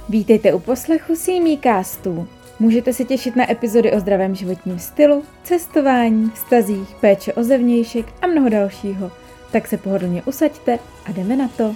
Vítejte u poslechu CME-castu. Můžete se těšit na epizody o zdravém životním stylu, cestování, vztazích, péče o zevnějšek a mnoho dalšího. Tak se pohodlně usaďte a jdeme na to.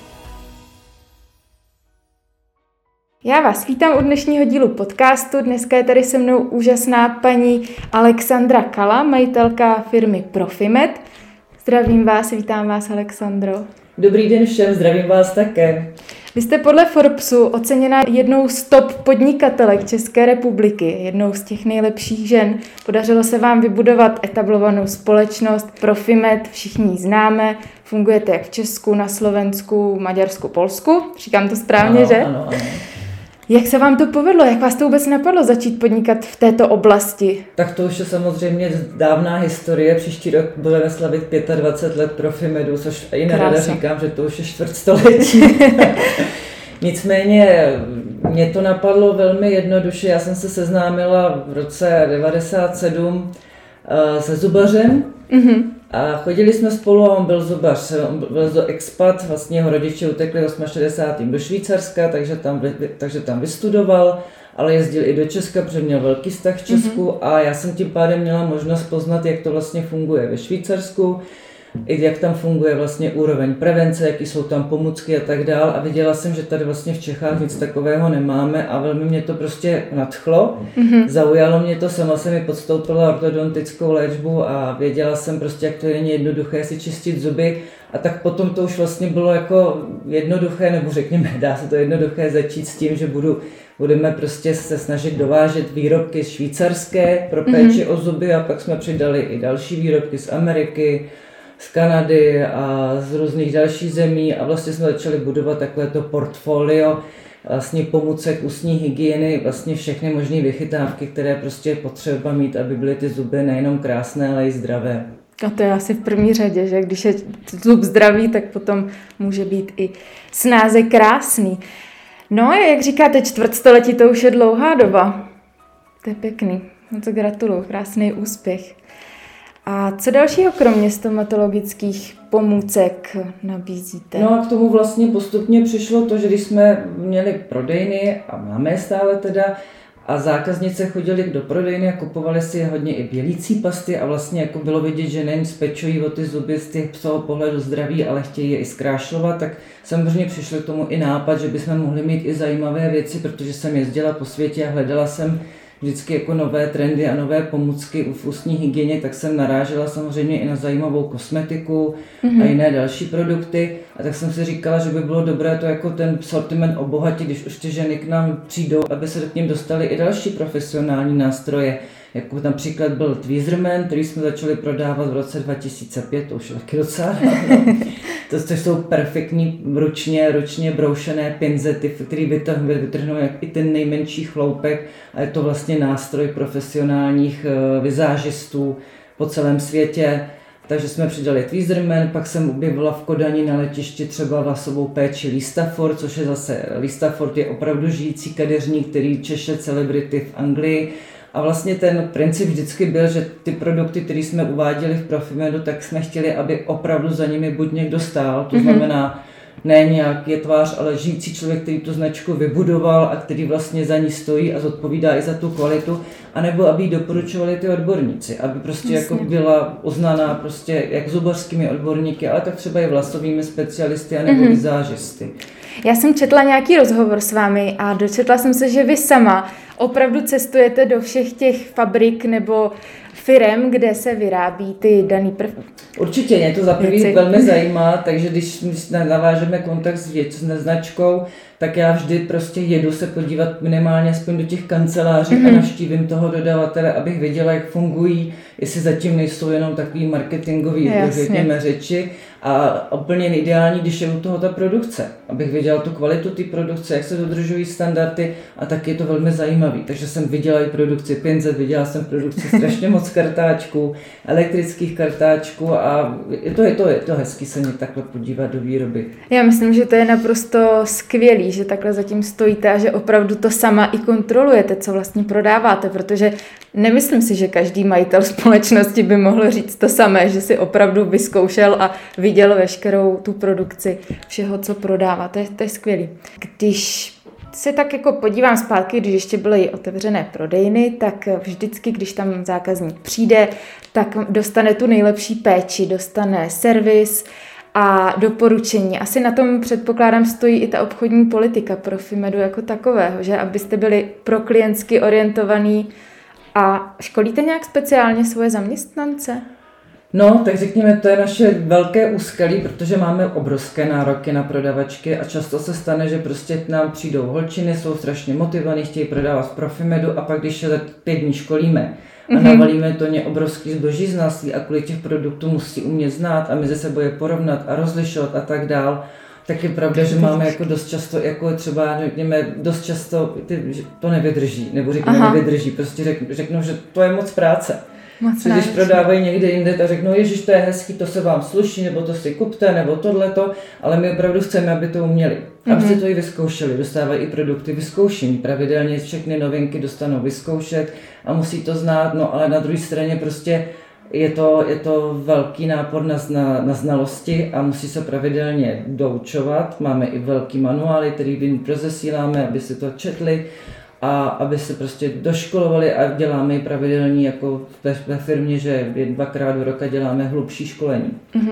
Já vás vítám u dnešního dílu podcastu. Dneska je tady se mnou úžasná paní Alexandra Kala, majitelka firmy Profimed. Zdravím vás, vítám vás, Alexandro. Dobrý den všem, zdravím vás také. Vy jste podle Forbesu oceněna jednou z top podnikatelek České republiky, jednou z těch nejlepších žen. Podařilo se vám vybudovat etablovanou společnost Profimed, všichni ji známe. Fungujete jak v Česku, na Slovensku, Maďarsku, Polsku. Říkám to správně, ano, že? Ano. Jak se vám to povedlo? Jak vás to vůbec napadlo začít podnikat v této oblasti? Tak to už je samozřejmě dávná historie. Příští rok budeme slavit 25 let Profimedu, což i nerada říkám, že to už je čtvrtstoletí. Nicméně mě to napadlo velmi jednoduše. Já jsem se seznámila v roce 1997 se zubařem. Mm-hmm. A chodili jsme spolu a on byl zubař, on byl expat, vlastně jeho rodiče utekli v 68. do Švýcarska, takže tam vystudoval, ale jezdil i do Česka, protože měl velký vztah v Česku a já jsem tím pádem měla možnost poznat, jak to vlastně funguje ve Švýcarsku, i jak tam funguje vlastně úroveň prevence, jaký jsou tam pomůcky a tak dál a viděla jsem, že tady vlastně v Čechách nic takového nemáme a velmi mě to prostě nadchlo, zaujalo mě to, sama jsem mi podstoupila ortodontickou léčbu a věděla jsem prostě, jak to je jednoduché si čistit zuby a tak potom to už vlastně bylo jako jednoduché, nebo řekněme, dá se to jednoduché začít s tím, že budeme prostě se snažit dovážet výrobky švýcarské pro péči o zuby a pak jsme přidali i další výrobky z Ameriky, z Kanady a z různých dalších zemí a vlastně jsme začali budovat takovéto portfolio vlastně pomůcek ústní hygieny, vlastně všechny možné vychytávky, které prostě je potřeba mít, aby byly ty zuby nejenom krásné, ale i zdravé. A to je asi v první řadě, že když je zub zdravý, tak potom může být i snáze krásný. No, jak říkáte, čtvrtstoletí, to už je dlouhá doba. To je pěkný. Moc gratuluju, krásný úspěch. A co dalšího kromě stomatologických pomůcek nabízíte? No a k tomu vlastně postupně přišlo to, že když jsme měli prodejny a máme je stále teda a zákaznice chodili do prodejny a kupovali si hodně i bělící pasty a vlastně jako bylo vidět, že nejen spečují o ty zuby z těch psího pohledu zdraví, ale chtějí je i zkrášlovat, tak samozřejmě přišel k tomu i nápad, že bychom mohli mít i zajímavé věci, protože jsem jezdila po světě a hledala jsem vždycky jako nové trendy a nové pomůcky v ústní hygieně, tak jsem narážela samozřejmě i na zajímavou kosmetiku a jiné další produkty. A tak jsem si říkala, že by bylo dobré to jako ten sortiment obohatit, když už ty ženy k nám přijdou, aby se k ním dostali i další profesionální nástroje. Jako například byl Tweezerman, který jsme začali prodávat v roce 2005, to už je taky docela dávno. To jsou perfektní ručně broušené pinzety, které vytrhnou jak i ten nejmenší chloupek a je to vlastně nástroj profesionálních vizážistů po celém světě. Takže jsme přidali Tweezerman, pak jsem objevila v Kodani na letišti třeba vlasovou péči Listaford, což je zase, Listaford je opravdu žijící kadeřník, který češe celebrity v Anglii. A vlastně ten princip vždycky byl, že ty produkty, které jsme uváděli v Profimedu, tak jsme chtěli, aby opravdu za nimi buď někdo stál, to znamená ne nějak je tvář, ale žijící člověk, který tu značku vybudoval a který vlastně za ní stojí a zodpovídá i za tu kvalitu, anebo aby ji doporučovali ty odborníci, aby prostě jako byla uznaná prostě jak zubařskými odborníky, ale tak třeba i vlasovými specialisty anebo vizážisty. Já jsem četla nějaký rozhovor s vámi a dočetla jsem se, že vy sama opravdu cestujete do všech těch fabrik nebo firem, kde se vyrábí ty daný prvky. Určitě, mě to za první velmi zajímá, takže když navážeme kontakt s značkou, tak já vždy prostě jedu se podívat minimálně aspoň do těch kanceláří a navštívím toho dodavatele, abych věděla, jak fungují, jestli zatím nejsou jenom takový marketingový řekněme řeči. A úplně ideální, když je u toho ta produkce, abych viděla tu kvalitu té produkce, jak se dodržují standardy a tak je to velmi zajímavý. Takže jsem viděla i produkci pinzet, viděla jsem produkci strašně moc kartáčků, elektrických kartáčků a je to hezký se mě takhle podívat do výroby. Já myslím, že to je naprosto skvělý, že takhle zatím stojíte a že opravdu to sama i kontrolujete, co vlastně prodáváte, protože nemyslím si, že každý majitel společnosti by mohl říct to samé, že si opravdu vyzkoušel a viděl veškerou tu produkci všeho, co prodává. To je skvělý. Když se tak jako podívám zpátky, když ještě byly otevřené prodejny, tak vždycky, když tam zákazník přijde, tak dostane tu nejlepší péči, dostane servis a doporučení. Asi na tom, předpokládám, stojí i ta obchodní politika Profimedu jako takového, že abyste byli pro klientsky orientovaný. A školíte nějak speciálně svoje zaměstnance? No, tak řekněme, to je naše velké úskalí, protože máme obrovské nároky na prodavačky a často se stane, že prostě k nám přijdou holčiny, jsou strašně motivovaní, chtějí prodávat v Profimedu a pak když je za 5 dní školíme a navalíme to obrovský zboží znalství a kvůli těch produktů musí umět znát a mezi sebou je porovnat a rozlišovat a tak dál, tak je pravda, že máme jako dost často, jako třeba řekněme, dost často to nevydrží, nebo řekněme nevydrží, prostě řeknou, že to je moc práce. Když prodávají někde jinde, tak řeknou, ježiš, to je hezký, to se vám sluší, nebo to si kupte, nebo tohleto, ale my opravdu chceme, aby to uměli. Aby si to i vyzkoušeli, dostávají i produkty vyzkoušení, pravidelně všechny novinky dostanou vyzkoušet a musí to znát, no ale na druhé straně prostě je to velký nápor na znalosti a musí se pravidelně doučovat. Máme i velký manuály, který jim rozesíláme, aby si to četli a aby se prostě doškolovali a děláme i pravidelně jako ve firmě, že 2krát do roka děláme hlubší školení.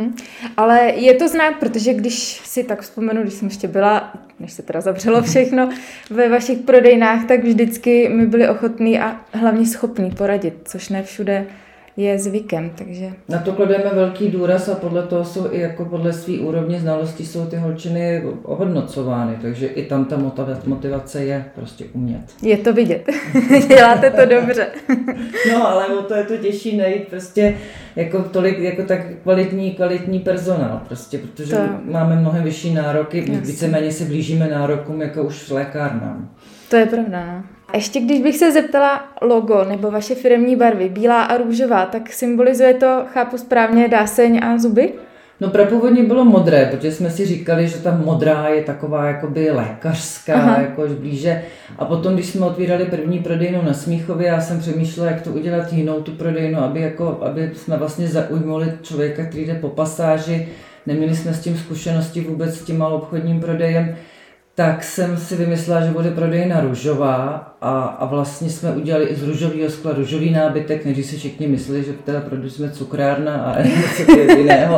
Ale je to znát, protože když si tak vzpomenu, když jsem ještě byla, než se teda zavřelo všechno, ve vašich prodejnách, tak vždycky my byli ochotní a hlavně schopní poradit, což ne všude je zvykem, takže... Na to klademe velký důraz a podle toho jsou i jako podle svý úrovně znalostí jsou ty holčiny ohodnocovány, takže i tam ta motivace je prostě umět. Je to vidět. Děláte to dobře. No, ale o to je to těžší najít prostě jako tolik, jako tak kvalitní personál prostě, protože máme mnohem vyšší nároky, víceméně se blížíme nárokům jako už v lékárnám. To je pravda, no. A ještě když bych se zeptala logo nebo vaše firemní barvy, bílá a růžová, tak symbolizuje to, chápu správně, dáseň a zuby? No prapůvodně bylo modré, protože jsme si říkali, že ta modrá je taková jakoby lékařská, jakož blíže. A potom, když jsme otvírali první prodejnu na Smíchově, já jsem přemýšlela, jak to udělat jinou tu prodejnu, aby jsme vlastně zaujmuli člověka, který jde po pasáži. Neměli jsme s tím zkušenosti vůbec s tím maloobchodním prodejem. Tak jsem si vymyslela, že bude prodejna růžová a vlastně jsme udělali i z růžového skla růžový nábytek, než si všichni mysleli, že teda produkujeme cukrárna a něco jiného.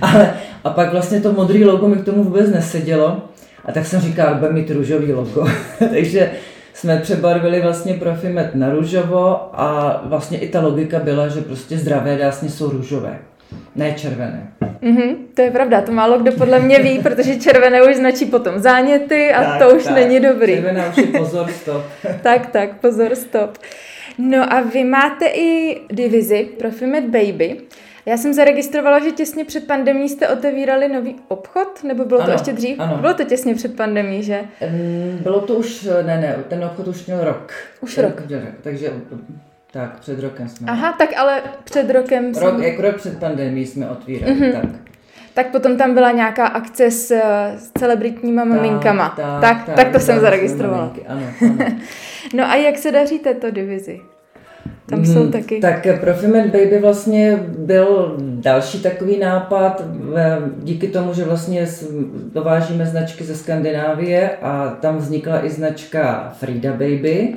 A pak vlastně to modrý logo mi k tomu vůbec nesedělo a tak jsem říkala, bude mít růžový logo. Takže jsme přebarvili vlastně Profimed na růžovo a vlastně i ta logika byla, že prostě zdravé dásně jsou růžové, ne červené. To je pravda, to málo kdo podle mě ví, protože červené už značí potom záněty a to už není dobrý. Červená už je pozor, stop. tak, pozor, stop. No a vy máte i divizi Profimed Baby. Já jsem zaregistrovala, že těsně před pandemí jste otevírali nový obchod, nebo bylo to ještě dřív? Ano. Bylo to těsně před pandemí, že? Bylo to už, ne, ten obchod už měl rok. Už rok. Takže tak, před rokem jsme. Aha, tak ale před rokem... Rok před pandemií jsme otvírali, tak. Tak potom tam byla nějaká akce s celebritníma maminkama. Tak to jsem zaregistrovala. Ano. No a jak se daří této divizi? Tam jsou taky... Tak Profimed Baby vlastně byl další takový nápad, díky tomu, že vlastně dovážíme značky ze Skandinávie a tam vznikla i značka Frida Baby.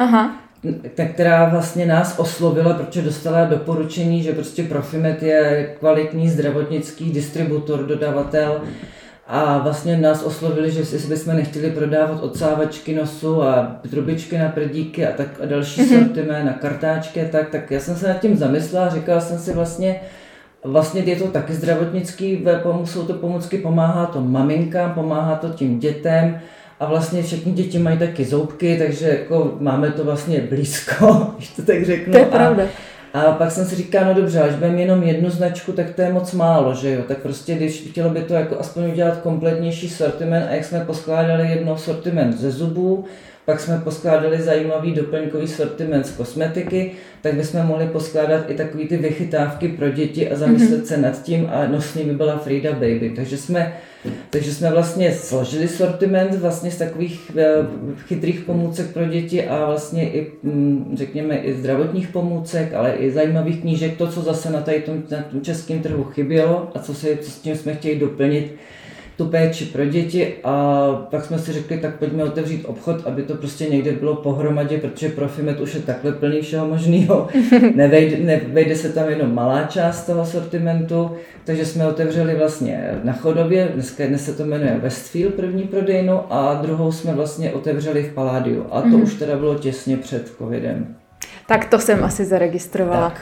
Která vlastně nás oslovila, protože dostala doporučení, že prostě Profimed je kvalitní zdravotnický distributor, dodavatel a vlastně nás oslovili, že jestli bychom nechtěli prodávat odsávačky nosu a trubičky na prdíky a další sortiment na kartáčky, tak já jsem se nad tím zamyslela a říkala jsem si vlastně je to taky zdravotnický, jsou to pomůcky, pomáhá to maminkám, pomáhá to tím dětem. A vlastně všechny děti mají taky zoubky, takže jako máme to vlastně blízko, když to tak řeknu. To je pravda. A pak jsem si říkala, no dobře, až budeme jenom jednu značku, tak to je moc málo, že jo? Tak prostě, když chtělo by to jako aspoň udělat kompletnější sortiment a jak jsme poskládali jednou sortiment ze zubů, pak jsme poskládali zajímavý doplňkový sortiment z kosmetiky, tak bychom mohli poskládat i takový ty vychytávky pro děti a zamyslet se nad tím a nosný by byla Frida Baby. Takže jsme vlastně složili sortiment vlastně z takových chytrých pomůcek pro děti a vlastně i, řekněme, i zdravotních pomůcek, ale i zajímavých knížek, to, co zase na tom českém trhu chybělo a co s tím jsme chtěli doplnit. tu péči pro děti a pak jsme si řekli, tak pojďme otevřít obchod, aby to prostě někde bylo pohromadě, protože Profimet už je takhle plný všeho možného. Nevejde se tam jenom malá část toho sortimentu, takže jsme otevřeli vlastně na Chodově, dnes se to jmenuje Westfield, první prodejnu, a druhou jsme vlastně otevřeli v Paládiu. A to už teda bylo těsně před covidem. Tak to jsem asi zaregistrovala.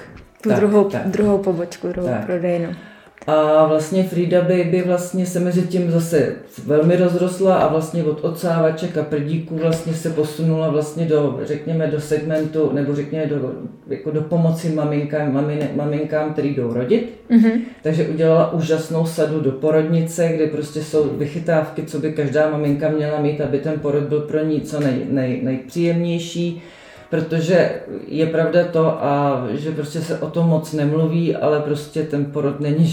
Druhou pobočku, druhou prodejnu. A vlastně Frida Baby vlastně se mezi tím zase velmi rozrostla a vlastně od odsávaček a prdíků vlastně se posunula vlastně do, řekněme, do segmentu, nebo řekněme do pomoci maminkám, který jdou rodit. Takže udělala úžasnou sadu do porodnice, kde prostě jsou vychytávky, co by každá maminka měla mít, aby ten porod byl pro ní co nejpříjemnější. Protože je pravda to, a že prostě se o tom moc nemluví, ale prostě ten porod není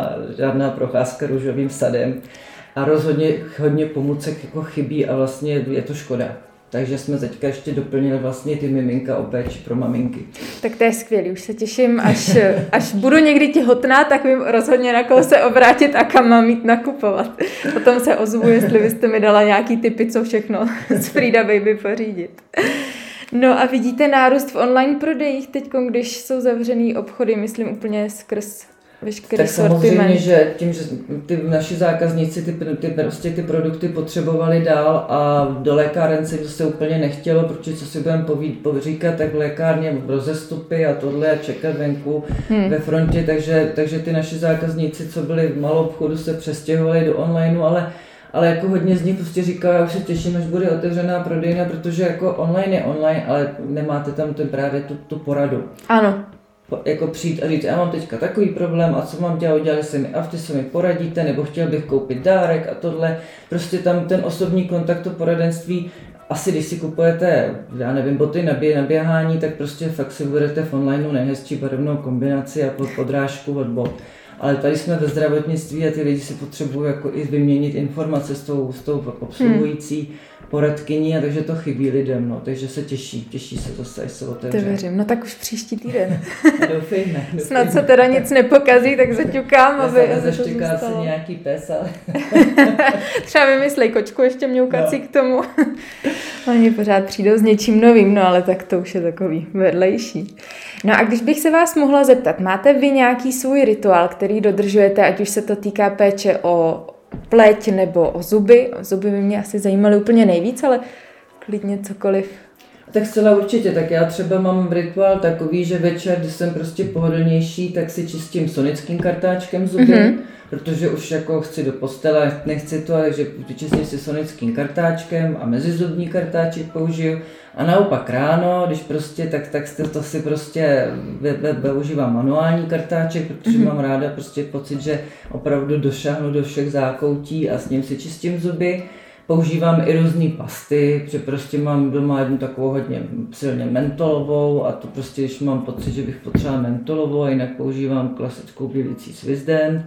žádná procházka růžovým sadem a rozhodně hodně pomůcek jako chybí a vlastně je to škoda. Takže jsme teďka ještě doplnili vlastně ty miminka o péči pro maminky. Tak to je skvělý, už se těším, až budu někdy těhotná, tak vím rozhodně, na koho se obrátit a kam mám jít nakupovat. Potom se ozvu, jestli byste mi dala nějaký tipy, co všechno z Frida Baby pořídit. No a vidíte nárůst v online prodejích teď, když jsou zavřený obchody, myslím úplně skrz veškerý sortiment. Tak samozřejmě, že tím, že ty naši zákazníci ty produkty potřebovali dál a do lékáren se to úplně nechtělo, protože co si budeme říkat, tak v lékárně rozestupy a tohle a čekat venku ve frontě, takže ty naši zákazníci, co byli v malou obchodu, se přestěhovali do onlineu, ale jako hodně z nich prostě říká, já už se těším, až bude otevřená prodejna, protože jako online je online, ale nemáte tam právě tu poradu. Ano. Jako přijít a říct, já mám teďka takový problém a co mám dělat, udělali se mi afty, co mi poradíte, nebo chtěl bych koupit dárek a tohle. Prostě tam ten osobní kontakt, to poradenství, asi když si kupujete, já nevím, boty na běhání, tak prostě fakt si budete v onlineu nejhezčí barevnou kombinaci a podrážku od bot. Ale tady jsme ve zdravotnictví a ty lidi si potřebují jako i vyměnit informace s tou obsluhující poradkyní, a takže to chybí lidem, no, takže se těší se zase, až se otevře. To věřím, no tak už příští týden. Doufejme. Snad se teda nic nepokazí, tak zaťukám, aby to zůstalo. Se nějaký pes, ale... Třeba vymyslej kočku ještě mňoukací k tomu. Oni pořád přijdou s něčím novým, no ale tak to už je takový vedlejší. No a když bych se vás mohla zeptat, máte vy nějaký svůj rituál, který dodržujete, ať už se to týká péče o pleť nebo o zuby? O zuby by mě asi zajímaly úplně nejvíc, ale klidně cokoliv. Tak zcela určitě, tak já třeba mám rituál takový, že večer, když jsem prostě pohodlnější, tak si čistím sonickým kartáčkem zuby, protože už jako chci do postele, nechci to, takže čistím si sonickým kartáčkem a mezizubní kartáček použiju. A naopak ráno, když prostě, tak to si prostě využívám manuální kartáček, protože mám ráda prostě pocit, že opravdu došáhnu do všech zákoutí a s ním si čistím zuby. Používám i různé pasty, že prostě mám doma jednu takovou hodně silně mentolovou a to prostě, když mám pocit, že bych potřebovala mentolovou, a jinak používám klasickou bělicí Swissdent.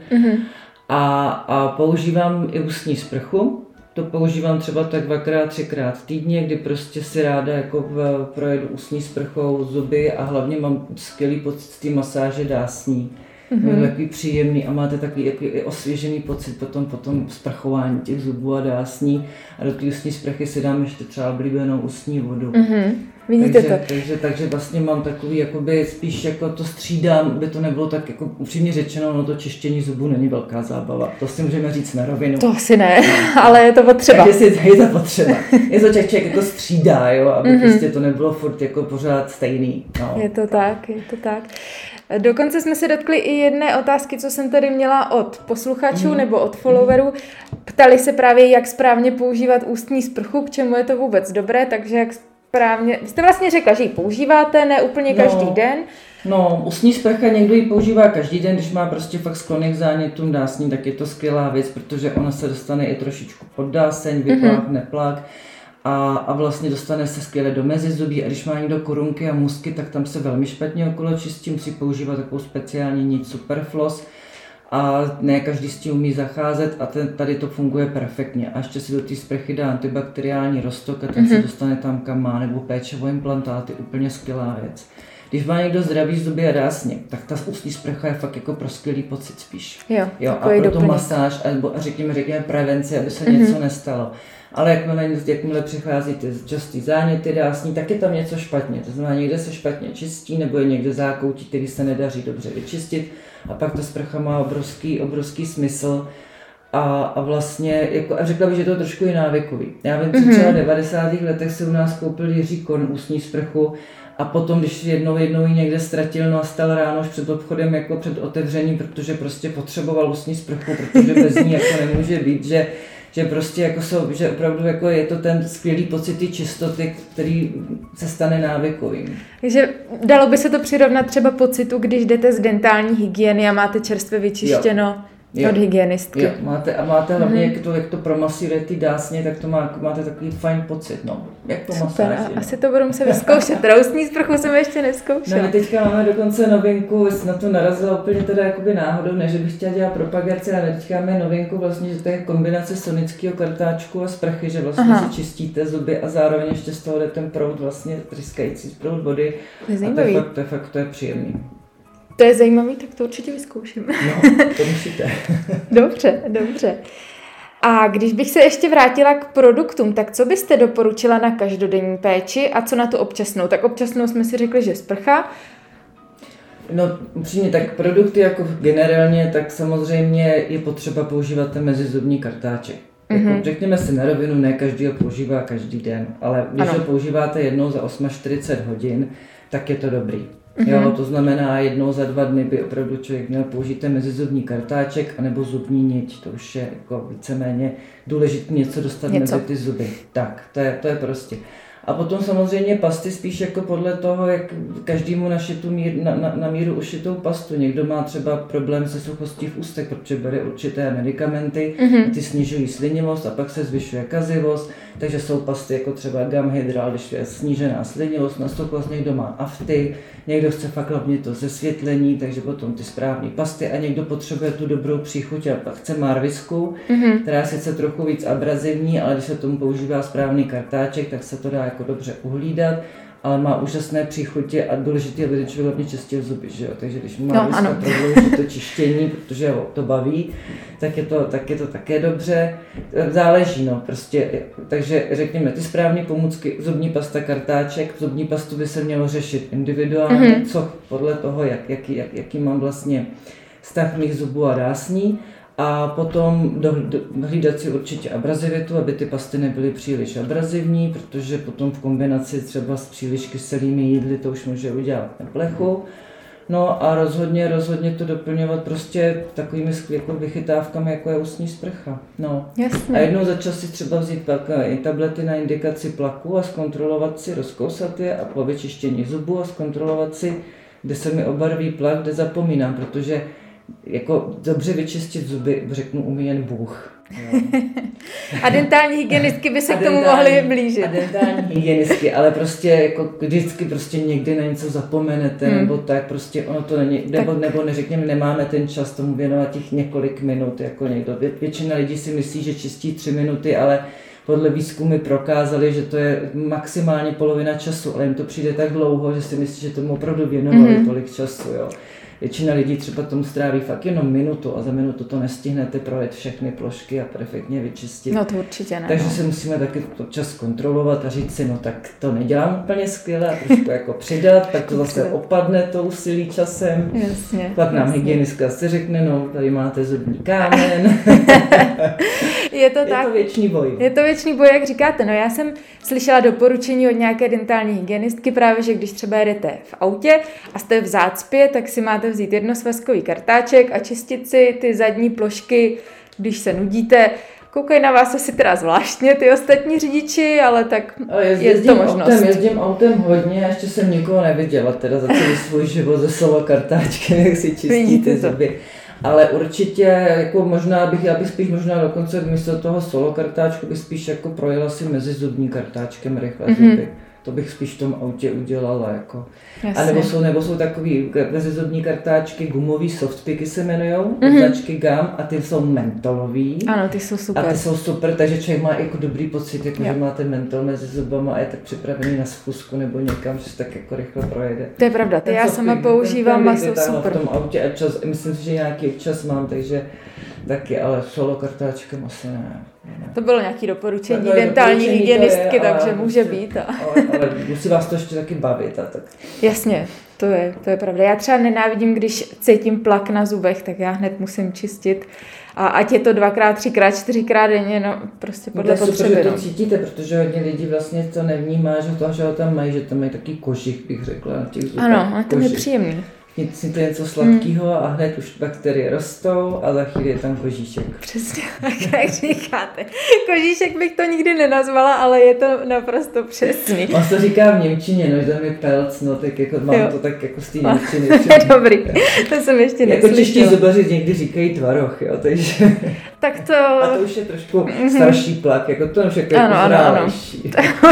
A používám i ústní sprchu. To používám třeba tak 2x, 3x týdně, kdy prostě si ráda jako projedu ústní sprchou zuby a hlavně mám skvělý pocit z té masáže dásní. Je takový příjemný a máte takový i osvěžený pocit potom sprchování těch zubů a dásní a do té ústní sprchy si dám ještě třeba oblíbenou ústní vodu. Vidíte to. Takže vlastně mám takový, jakoby spíš jako to střídám, aby to nebylo tak jako upřímně řečeno, no to čištění zubů není velká zábava. To si můžeme říct na rovinu. To asi ne, ale je to potřeba. Je to potřeba. Je to člověk jako střídá, jo, aby prostě to nebylo furt jako pořád stejný. No. Je to tak. Dokonce jsme se dotkli i jedné otázky, co jsem tady měla od posluchačů nebo od followerů. Ptali se právě, jak správně používat ústní sprchu, k čemu je to vůbec dobré, takže jak správně... Vy jste vlastně řekla, že ji používáte, ne úplně každý den. No, ústní sprcha někdo ji používá každý den, když má prostě fakt sklony k zánětům dásní, tak je to skvělá věc, protože ona se dostane i trošičku pod dáseň, vyplák, neplák. A vlastně dostane se skvěle do mezizubí a když má někdo korunky a musky, tak tam se velmi špatně okolo čistí, musí používat takovou speciální nit Superfloss a ne každý s tím umí zacházet a tady to funguje perfektně. A ještě si do té sprchy dá antibakteriální roztok a ten se dostane tam, kam má, nebo péče o implantáty, úplně skvělá věc. Když má někdo zdravý zuby a dásně, tak ta ústní sprcha je fakt jako pro skvělý pocit spíš. Jo, a pro tu masáž, a řekněme prevenci, aby se něco nestalo. Ale jakmile přichází ty častý záněty dásní, tak je tam něco špatně. To znamená, někde se špatně čistí, nebo je někde zákoutí, který se nedaří dobře vyčistit. A pak ta sprcha má obrovský smysl. A vlastně, jako, a řekla bych, že to je trošku i návykový. Já vím, že třeba v 90. letech si u nás koupil Jiří Korn ústní sprchu a potom, když jednou ji někde ztratil, no a stal ráno už před obchodem, jako před otevřením, protože prostě potřeboval ústní sprchu, protože bez ní jako nemůže být, že prostě jako že opravdu jako je to ten skvělý pocit ty čistoty, který se stane návykovým. Takže dalo by se to přirovnat třeba pocitu, když jdete z dentální hygieny a máte čerstvě vyčištěno. Jo. Od hygienistky. Jo, máte hlavně, jak to promasíruje ty dásně, tak to máte takový fajn pocit, no. Jak po masáži. Asi to budu muset vyzkoušet. Ústní sprchu jsem ještě nezkoušela. No, my teďka máme dokonce novinku, na to narazila úplně teda jakoby náhodou, ne, že bych chtěla dělat propagaci, ale teďka máme novinku vlastně, že to je kombinace sonického kartáčku a sprchy, že vlastně si čistíte zuby a zároveň ještě z toho jde ten proud vlastně tryskající proud vody. To je příjemný. To je zajímavý, tak to určitě vyzkouším. No, to musíte. Dobře. A když bych se ještě vrátila k produktům, tak co byste doporučila na každodenní péči a co na tu občasnou? Tak občasnou jsme si řekli, že sprcha. No upřímně, tak produkty jako generálně, tak samozřejmě je potřeba používat ten mezizubní kartáček. Jako, řekněme si na rovinu, ne každý ho používá každý den, ale když ho používáte jednou za 48 hodin, tak je to dobrý. Jo, to znamená, jednou za 2 dny by opravdu člověk měl použít ten mezizubní kartáček anebo zubní niť. To už je jako víceméně důležité něco dostat mezi ty zuby. Tak, to je prostě. A potom samozřejmě pasty spíš jako podle toho, jak každému na míru ušitou pastu. Někdo má třeba problém se suchostí v ústech, protože bere určité medikamenty, ty snižují slinivost a pak se zvyšuje kazivost, takže jsou pasty jako třeba Gamhydral, když je snížená slinivost, na suchost, někdo má afty, někdo chce fakt hlavně to zesvětlení, takže potom ty správné pasty a někdo potřebuje tu dobrou příchuť a pak chce marvisku, která je sice trochu víc abrazivní, ale když se tomu používá správný kartáček, tak se to dá jako dobře uhlídat, ale má úžasné příchutě a důležité, aby člověk hlavně čistil zuby, že jo? Takže když má prodlouží to čištění, protože ho to baví, tak je to také dobře. Záleží, no, prostě. Takže řekněme, ty správné pomůcky, zubní pasta, kartáček, zubní pastu by se mělo řešit individuálně, co podle toho, jaký mám vlastně stav mých zubů a dásní. A potom hlídat si určitě abrazivitu, aby ty pasty nebyly příliš abrazivní, protože potom v kombinaci třeba s příliš kyselými jídly to už může udělat na plechu. No a rozhodně to doplňovat prostě takovými jako vychytávkami, jako je ústní sprcha. No. Jasně. A jednou za čas si třeba vzít i tablety na indikaci plaku a zkontrolovat si, rozkousat je a po vyčištění zubu a zkontrolovat si, kde se mi obarví plak, kde zapomínám, protože jako dobře vyčistit zuby, řeknu, umí jen Bůh. A dentální hygienistky by se k tomu mohly blížit. A dentální hygienistky, ale prostě jako vždycky prostě někdy na něco zapomenete, nebo tak prostě ono to není, nebo neřekněme, nemáme ten čas tomu věnovat těch několik minut, jako někdo. Většina lidí si myslí, že čistí 3 minuty, ale podle výzkumy prokázali, že to je maximálně polovina času, ale jim to přijde tak dlouho, že si myslí, že tomu opravdu věnovali tolik času, jo. Většina lidí třeba tomu stráví fakt jenom minutu a za minutu to nestihnete projet všechny plošky a perfektně vyčistit. No to určitě ne. Takže se musíme taky čas kontrolovat a říct si, no tak to nedělám úplně skvěle a trošku jako přidat, tak to zase opadne to úsilí časem. Jasně. Pak nám hygienistka si řekne, no tady máte zubní kámen. Je to tak. Je to věčný boj. Je to věčný boj, jak říkáte. No já jsem slyšela doporučení od nějaké dentální hygienistky právě, že když třeba jedete v autě a jste v zácpě, tak si máte vzít jednosvazkový kartáček a čistit si ty zadní plošky, když se nudíte. Koukají na vás asi teda zvláštně ty ostatní řidiči, ale tak je to možnost. Jezdím autem hodně a ještě jsem nikoho neviděla, teda za celý svůj život ze solo kartáčky, jak si čistí ty zuby. Ale určitě, jako já bych spíš možná dokonce místo toho solo kartáčku bych spíš jako projela si mezi zubní kartáčkem rychle zuby. to bych spíš v tom autě udělala. Jako. A nebo jsou takový bezezubní kartáčky, gumový softpicky se jmenujou, značky GAM a ty jsou mentolový. Ano, ty jsou super. A ty jsou super, takže člověk má jako dobrý pocit, jako že má ten mentol mezi zubama a je tak připravený na schůzku nebo někam, že se tak jako rychle projede. To je pravda, ty já sama používám a jsou super. V tom autě a myslím si, že nějaký čas mám, takže taky, ale solo kartáčkem asi ne. To bylo nějaké doporučení dentální hygienistky, takže může být. Ale musí vás to ještě taky bavit. A tak. Jasně, to je pravda. Já třeba nenávidím, když cítím plak na zubech, tak já hned musím čistit. A ať je to 2x, 3x, 4x denně, no prostě podle potřeby. Super, že to cítíte, protože hodně lidí vlastně to nevnímá, že ho tam mají taky kožich, bych řekla, na těch zubech. Ano, je to nepříjemný. Si to něco sladkého a hned už bakterie rostou a za chvíli je tam kožíšek. Přesně tak, jak říkáte. Kožíšek bych to nikdy nenazvala, ale je to naprosto přesný. On to říká v němčině, no, že tam je pelc, no, tak jako mám to tak jako z té němčiny. Dobrý, to jsem ještě neslyšela. Jako čeští zubaři někdy říkají tvaroh, jo, takže... Tak to... A to už je trošku starší plak, jako to už je uzrálejší.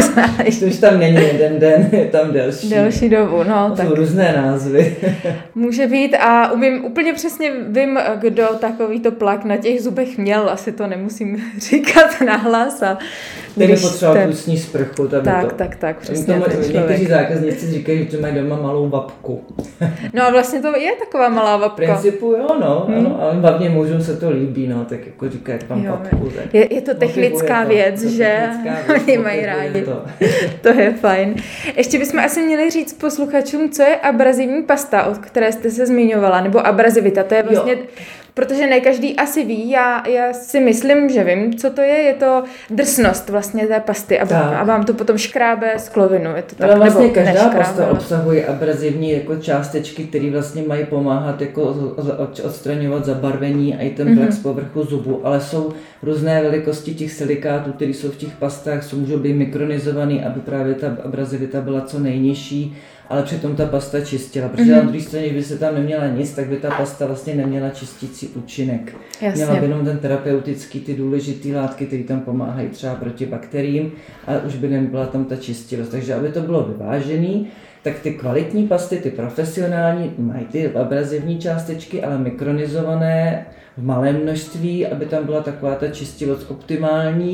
To už tam není jeden den, je tam delší dobu, no. To jsou různé názvy. Může být a úplně přesně vím, kdo takovýto plak na těch zubech měl, asi to nemusím říkat nahlas. Který potřeboval plusní sprchu. Tak, přesně ten člověk. Někteří zákazníci říkají, že mají doma malou vapku. No a vlastně to je taková malá vapka. V principu jo, no, ano, ale hlavně mužům se to líbí, no, tak jako říkají, jak mám vapku. Je to technická věc, že oni mají rádi. To je fajn. Ještě bychom asi měli říct posluchačům, co je abrazivní pasta, od které jste se zmiňovala, nebo abrazivita, to je vlastně... Protože ne každý asi ví, já si myslím, že vím, co to je to drsnost vlastně té pasty a vám to potom škrábe sklovinu. Je to tak, ale vlastně nebo každá pasta obsahuje abrazivní jako částečky, které vlastně mají pomáhat jako odstraňovat zabarvení a i ten plak z povrchu zubu, ale jsou různé velikosti těch silikátů, které jsou v těch pastách, můžou být mikronizovaný, aby právě ta abrazivita byla co nejnižší, ale přitom ta pasta čistila, protože na druhé straně, kdyby se tam neměla nic, tak by ta pasta vlastně neměla čistící účinek. Jasně. Měla by jenom ten terapeutický, ty důležité látky, které tam pomáhají třeba proti bakteriím, ale už by nebyla tam ta čistilost. Takže aby to bylo vyvážený, tak ty kvalitní pasty, ty profesionální, mají ty abrazivní částečky, ale mikronizované v malém množství, aby tam byla taková ta čistilost optimální.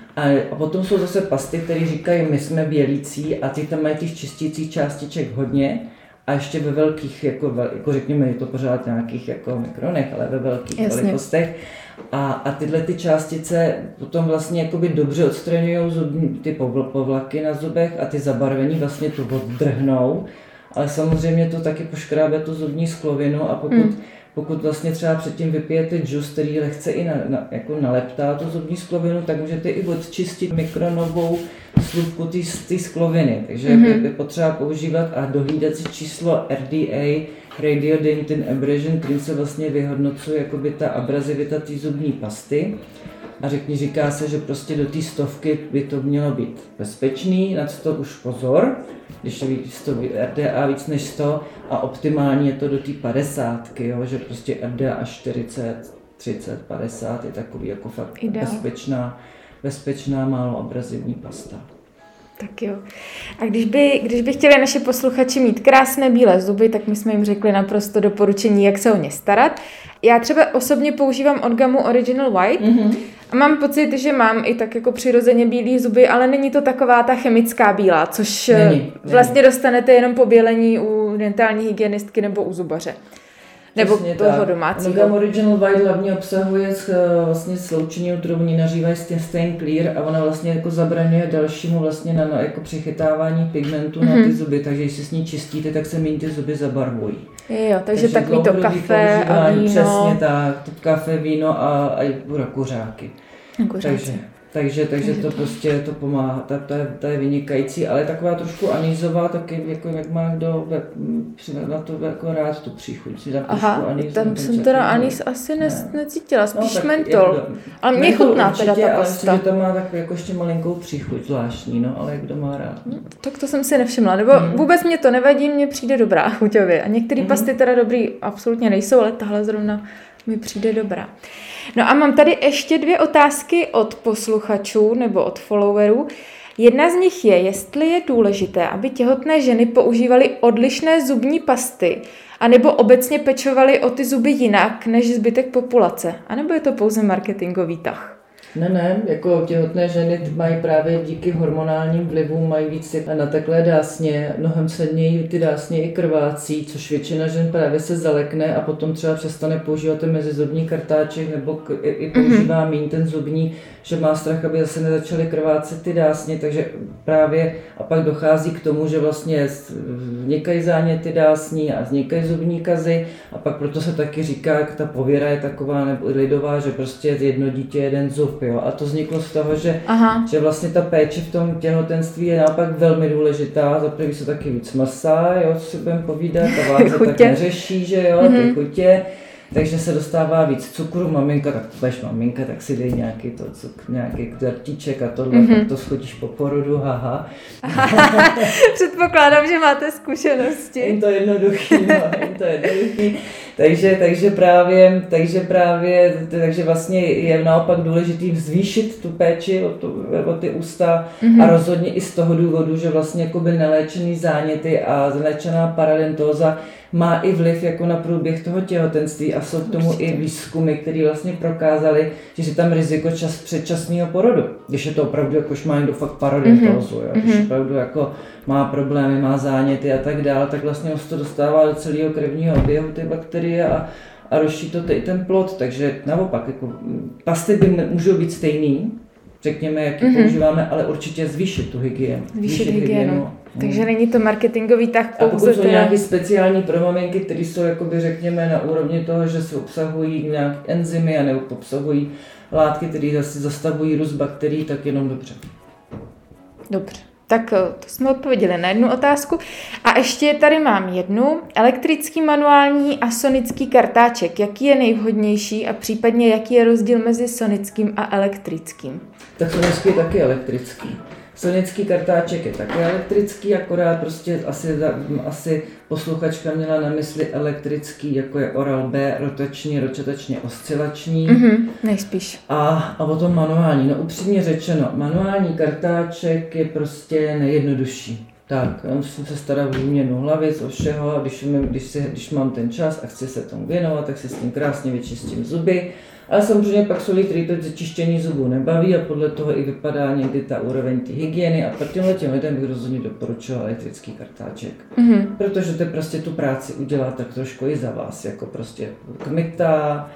A potom jsou zase pasty, které říkají, my jsme bělící a ty tam mají těch čistících částiček hodně a ještě ve velkých, jako řekněme, je to pořád nějakých jako mikronech, ale ve velkých velikostech. A tyhle ty částice potom vlastně jakoby dobře odstraňují ty povlaky na zubech a ty zabarvení vlastně to oddrhnou, ale samozřejmě to taky poškrábe tu zubní sklovinu a pokud vlastně třeba předtím vypijete džus, který lehce i jako naleptá tu zubní sklovinu, tak můžete i odčistit mikronovou slupku té skloviny. Takže je potřeba používat a dohlídat si číslo RDA, Radiodentin Abrasion, kterým se vlastně vyhodnocuje jakoby ta abrazivita té zubní pasty. A říká se, že prostě do té 100 by to mělo být bezpečný, na to už pozor, když je RDA víc než 100 a optimální je to do té 50, jo, že prostě RDA až 40, 30, 50 je takový jako fakt bezpečná málo abrazivní pasta. Tak jo. A když by chtěli naši posluchači mít krásné bílé zuby, tak my jsme jim řekli naprosto doporučení, jak se o ně starat. Já třeba osobně používám od Gamu Original White a mám pocit, že mám i tak jako přirozeně bílý zuby, ale není to taková ta chemická bílá, což vlastně dostanete jenom po bělení u dentální hygienistky nebo u zubaře. Nebo toho domácího. Gam Original White hlavně obsahuje vlastně sloučení utrovní, nařívají Stain Clear a ona vlastně jako zabraňuje dalšímu vlastně na jako přichytávání pigmentu na ty zuby, takže když si s ní čistíte, tak se méně ty zuby zabarvují. Jo, takže takový to kafe a víno. Přesně tak, to kafe, víno a kuřáky. Takže to prostě to pomáhá, ta je vynikající, ale taková trošku anízová, taky jako jak má kdo na to jako rád tu příchuť. Tam jsem teda anís asi necítila, spíš mentol. Ale mě chutná teda ta pasta. Ale tam má takovou jako ještě malinkou příchuť zvláštní, no, ale jak kdo má rád. Tak to jsem si nevšimla, nebo vůbec mě to nevadí, mně přijde dobrá chuťově. A některé pasty teda dobrý absolutně nejsou, ale tahle zrovna mi přijde dobrá. No a mám tady ještě 2 otázky od posluchačů nebo od followerů. Jedna z nich je, jestli je důležité, aby těhotné ženy používaly odlišné zubní pasty, anebo obecně pečovaly o ty zuby jinak než zbytek populace, anebo je to pouze marketingový tah? Ne, jako těhotné ženy mají právě díky hormonálním vlivům, mají víc nateklé dásně, mnohem snadněji ty dásně i krvácí, což většina žen právě se zalekne a potom třeba přestane používat ten mezizubní kartáček nebo i používá míň ten zubní, že má strach, aby zase nezačaly krvácet ty dásně, takže právě a pak dochází k tomu, že vlastně vznikají záněty dásní a vznikají zubní kazy a pak proto se taky říká, jak ta pověra je taková nebo lidová, že prostě jedno dítě, jeden zub. Jo? A to vzniklo z toho, že vlastně ta péče v tom těhotenství je naopak velmi důležitá. Za první se taky víc masa, jo, co si budeme povídat, ta váze tak neřeší, že jo, ty chutě. Takže se dostává víc cukru, maminka, tak to budeš maminka, tak si dej nějaký dartíček a tohle, tak to schodíš po porodu, haha. Předpokládám, že máte zkušenosti. Je to jednoduchý. Takže vlastně je naopak důležitý zvýšit tu péči o ty ústa a rozhodně i z toho důvodu, že vlastně jakoby neléčený záněty a neléčená paradentóza má i vliv jako na průběh toho těhotenství a jsou k tomu i výzkumy, které vlastně prokázaly, že je tam riziko předčasného porodu. Když je to opravdu, jakož má někdo fakt paradentózu, když opravdu jako má problémy, má záněty a tak dále, tak vlastně se to dostává do celého krevního oběhu ty bakterie a rozšíří to i ten plod. Takže naopak, jako pasty můžou být stejný, řekněme, jaký používáme, ale určitě zvýšit tu hygienu. Zvýšit hygienu. Takže není to marketingový tah pouze. A pokud jsou nějaké speciální pro maminky, které jsou, jakoby, řekněme, na úrovni toho, že se obsahují nějaké enzymy nebo obsahují látky, které zase zastavují růst bakterií, tak jenom dobře. Dobře. Tak to jsme odpověděli na jednu otázku. A ještě tady mám jednu. Elektrický, manuální a sonický kartáček. Jaký je nejvhodnější a případně jaký je rozdíl mezi sonickým a elektrickým? Tak sonický je taky elektrický. Sonický kartáček je taky elektrický, akorát prostě asi posluchačka měla na mysli elektrický, jako je Oral-B, rotačně oscilační. Nejspíš. A potom manuální. No upřímně řečeno, manuální kartáček je prostě nejjednodušší. Tak, musím se starat o výměnu hlavic, o všeho, když mám ten čas a chci se tomu věnovat, tak si s tím krásně vyčistím zuby. Ale samozřejmě pak jsou lidi, kteří to čištění zubů nebaví a podle toho i vypadá někdy ta úroveň té hygieny a pro těmhle lidem bych rozhodně doporučoval elektrický kartáček. Protože to prostě tu práci udělá tak trošku i za vás, jako prostě kmitá,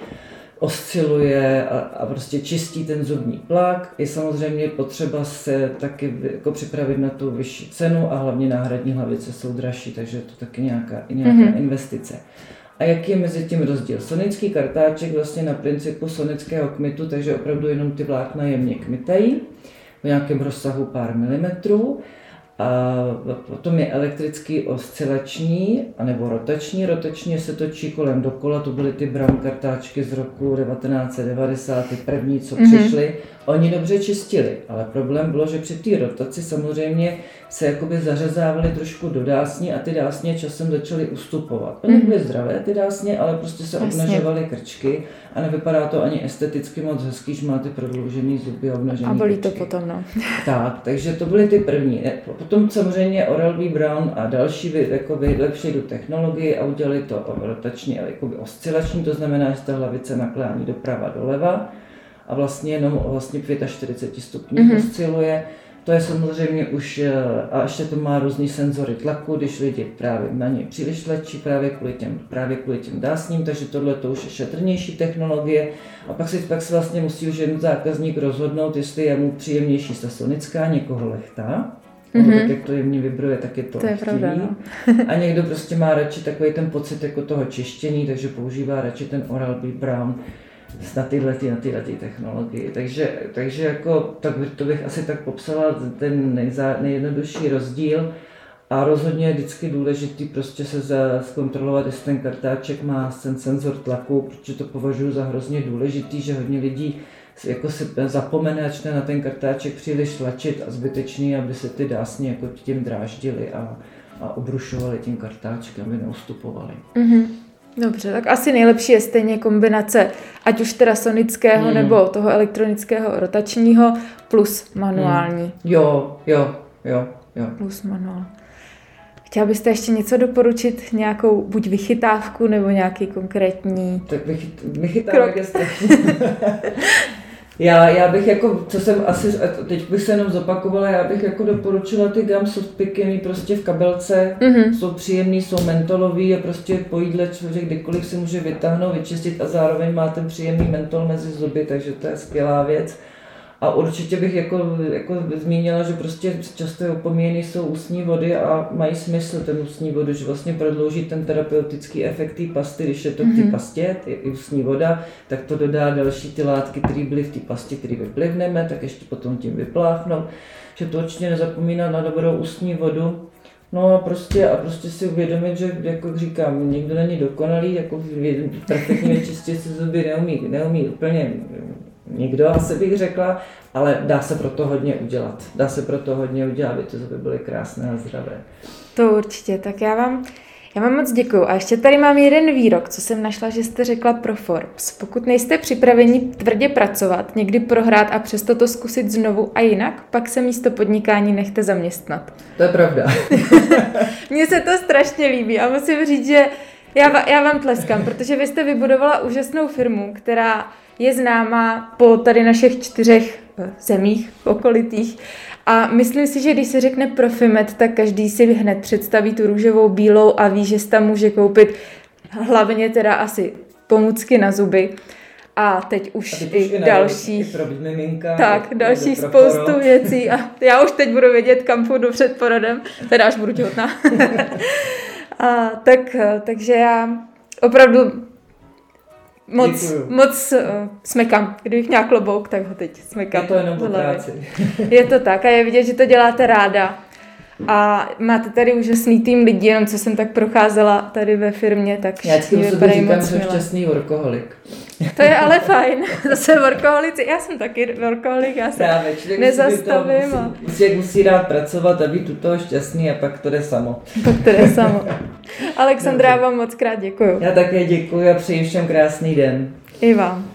osciluje a prostě čistí ten zubní plak. Je samozřejmě potřeba se taky jako připravit na tu vyšší cenu a hlavně náhradní hlavice jsou dražší, takže je to taky nějaká investice. A jaký je mezi tím rozdíl? Sonický kartáček vlastně na principu sonického kmitu, takže opravdu jenom ty vlákna jemně kmitají v nějakém rozsahu pár milimetrů. A potom je elektrický oscilační, anebo rotační. Rotačně se točí kolem dokola, to byly ty Brown kartáčky z roku 1990, ty první, co přišly. Oni dobře čistili, ale problém bylo, že při té rotaci samozřejmě se jakoby zařezávaly trošku do dásní a ty dásně časem začaly ustupovat. Oni byly zdravé ty dásně, ale prostě se obnažovaly krčky a nevypadá to ani esteticky moc hezký, že máte prodloužený zuby a obnažený krčky. A bolí to potom, no. Tak, takže to byly ty první. Potom samozřejmě Oral-B Brown a další vylepšili tu technologii a udělali to rotačně, ale jakoby oscilační, to znamená, že ta hlavice naklání doprava doleva a vlastně jenom 45 stupňů osciluje. To je samozřejmě už, a ještě to má různý senzory tlaku, když lidi právě na něj příliš tlačí právě kvůli těm dásním, takže tohle to už je šetrnější technologie. A pak se vlastně musí už jeden zákazník rozhodnout, jestli je mu příjemnější ta sonická, někoho lechtá. Tak jak to jemně vibruje, tak je to pravda, no. A někdo prostě má radši takový ten pocit jako toho čištění, takže používá radši ten Oral-B Brown na tyhle technologie. Takže jako, to bych asi tak popsala ten nejjednodušší rozdíl a rozhodně je vždycky důležitý prostě se zkontrolovat, jestli ten kartáček má ten senzor tlaku, protože to považuji za hrozně důležitý, že hodně lidí jako se zapomene, začne na ten kartáček příliš tlačit a zbytečný, aby se ty dásně jako tím dráždily a obrušovaly tím kartáčkem, aby neustupovaly. Dobře, tak asi nejlepší je stejně kombinace, ať už teda sonického nebo toho elektronického rotačního plus manuální. Jo. Plus manuál. Chtěla byste ještě něco doporučit? Nějakou buď vychytávku nebo nějaký konkrétní tak vychytávek je strašně. Já bych jako, co jsem asi, teď bych se jenom zopakovala, já bych jako doporučila ty Gum Softpicky mít prostě v kabelce, jsou příjemný, jsou mentolový a prostě po jídle člověk kdykoliv si může vytáhnout, vyčistit a zároveň má ten příjemný mentol mezi zuby, takže to je skvělá věc. A určitě bych jako zmínila, že prostě často je opomíjený jsou ústní vody a mají smysl ten ústní vodu, že vlastně prodlouží ten terapeutický efekt té pasty, když je to v té pastě, i ústní voda, tak to dodá další ty látky, které byly v té pastě, které vyplivneme, tak ještě potom tím vypláchnou, že to určitě nezapomínat na dobrou ústní vodu. No a prostě si uvědomit, že jako říkám, nikdo není dokonalý, jako perfektně vyčistit si zuby neumí úplně nikdo, asi bych řekla, ale dá se pro to hodně udělat. Aby ty zuby byly krásné a zdravé. To určitě, tak já vám moc děkuju. A ještě tady mám jeden výrok, co jsem našla, že jste řekla pro Forbes. Pokud nejste připraveni tvrdě pracovat, někdy prohrát a přesto to zkusit znovu a jinak, pak se místo podnikání nechte zaměstnat. To je pravda. Mně se to strašně líbí a musím říct, že já vám tleskám, protože vy jste vybudovala úžasnou firmu, která je známá po tady našich 4 zemích okolitých. A myslím si, že když se řekne Profimed, tak každý si hned představí tu růžovou bílou a ví, že si tam může koupit hlavně teda asi pomůcky na zuby. A teď už i další. Další spoustu věcí. A já už teď budu vědět, kam půjdu před porodem, teda až budu těhotná. Takže já opravdu moc smekám. Kdybych měla klobouk, tak ho teď smekám. Je to jenom po práci. Je to tak a je vidět, že to děláte ráda. A máte tady úžasný tým lidí, jenom co jsem tak procházela tady ve firmě, tak já vždycky říkám, že jsem šťastný workoholik. To je ale fajn, zase workoholici, já jsem taky workoholik, já se nezastavím. Musí rád pracovat a být u toho šťastný a pak to jde samo. Alexandra, vám moc krát děkuju. Já také děkuji a přeji všem krásný den. I vám.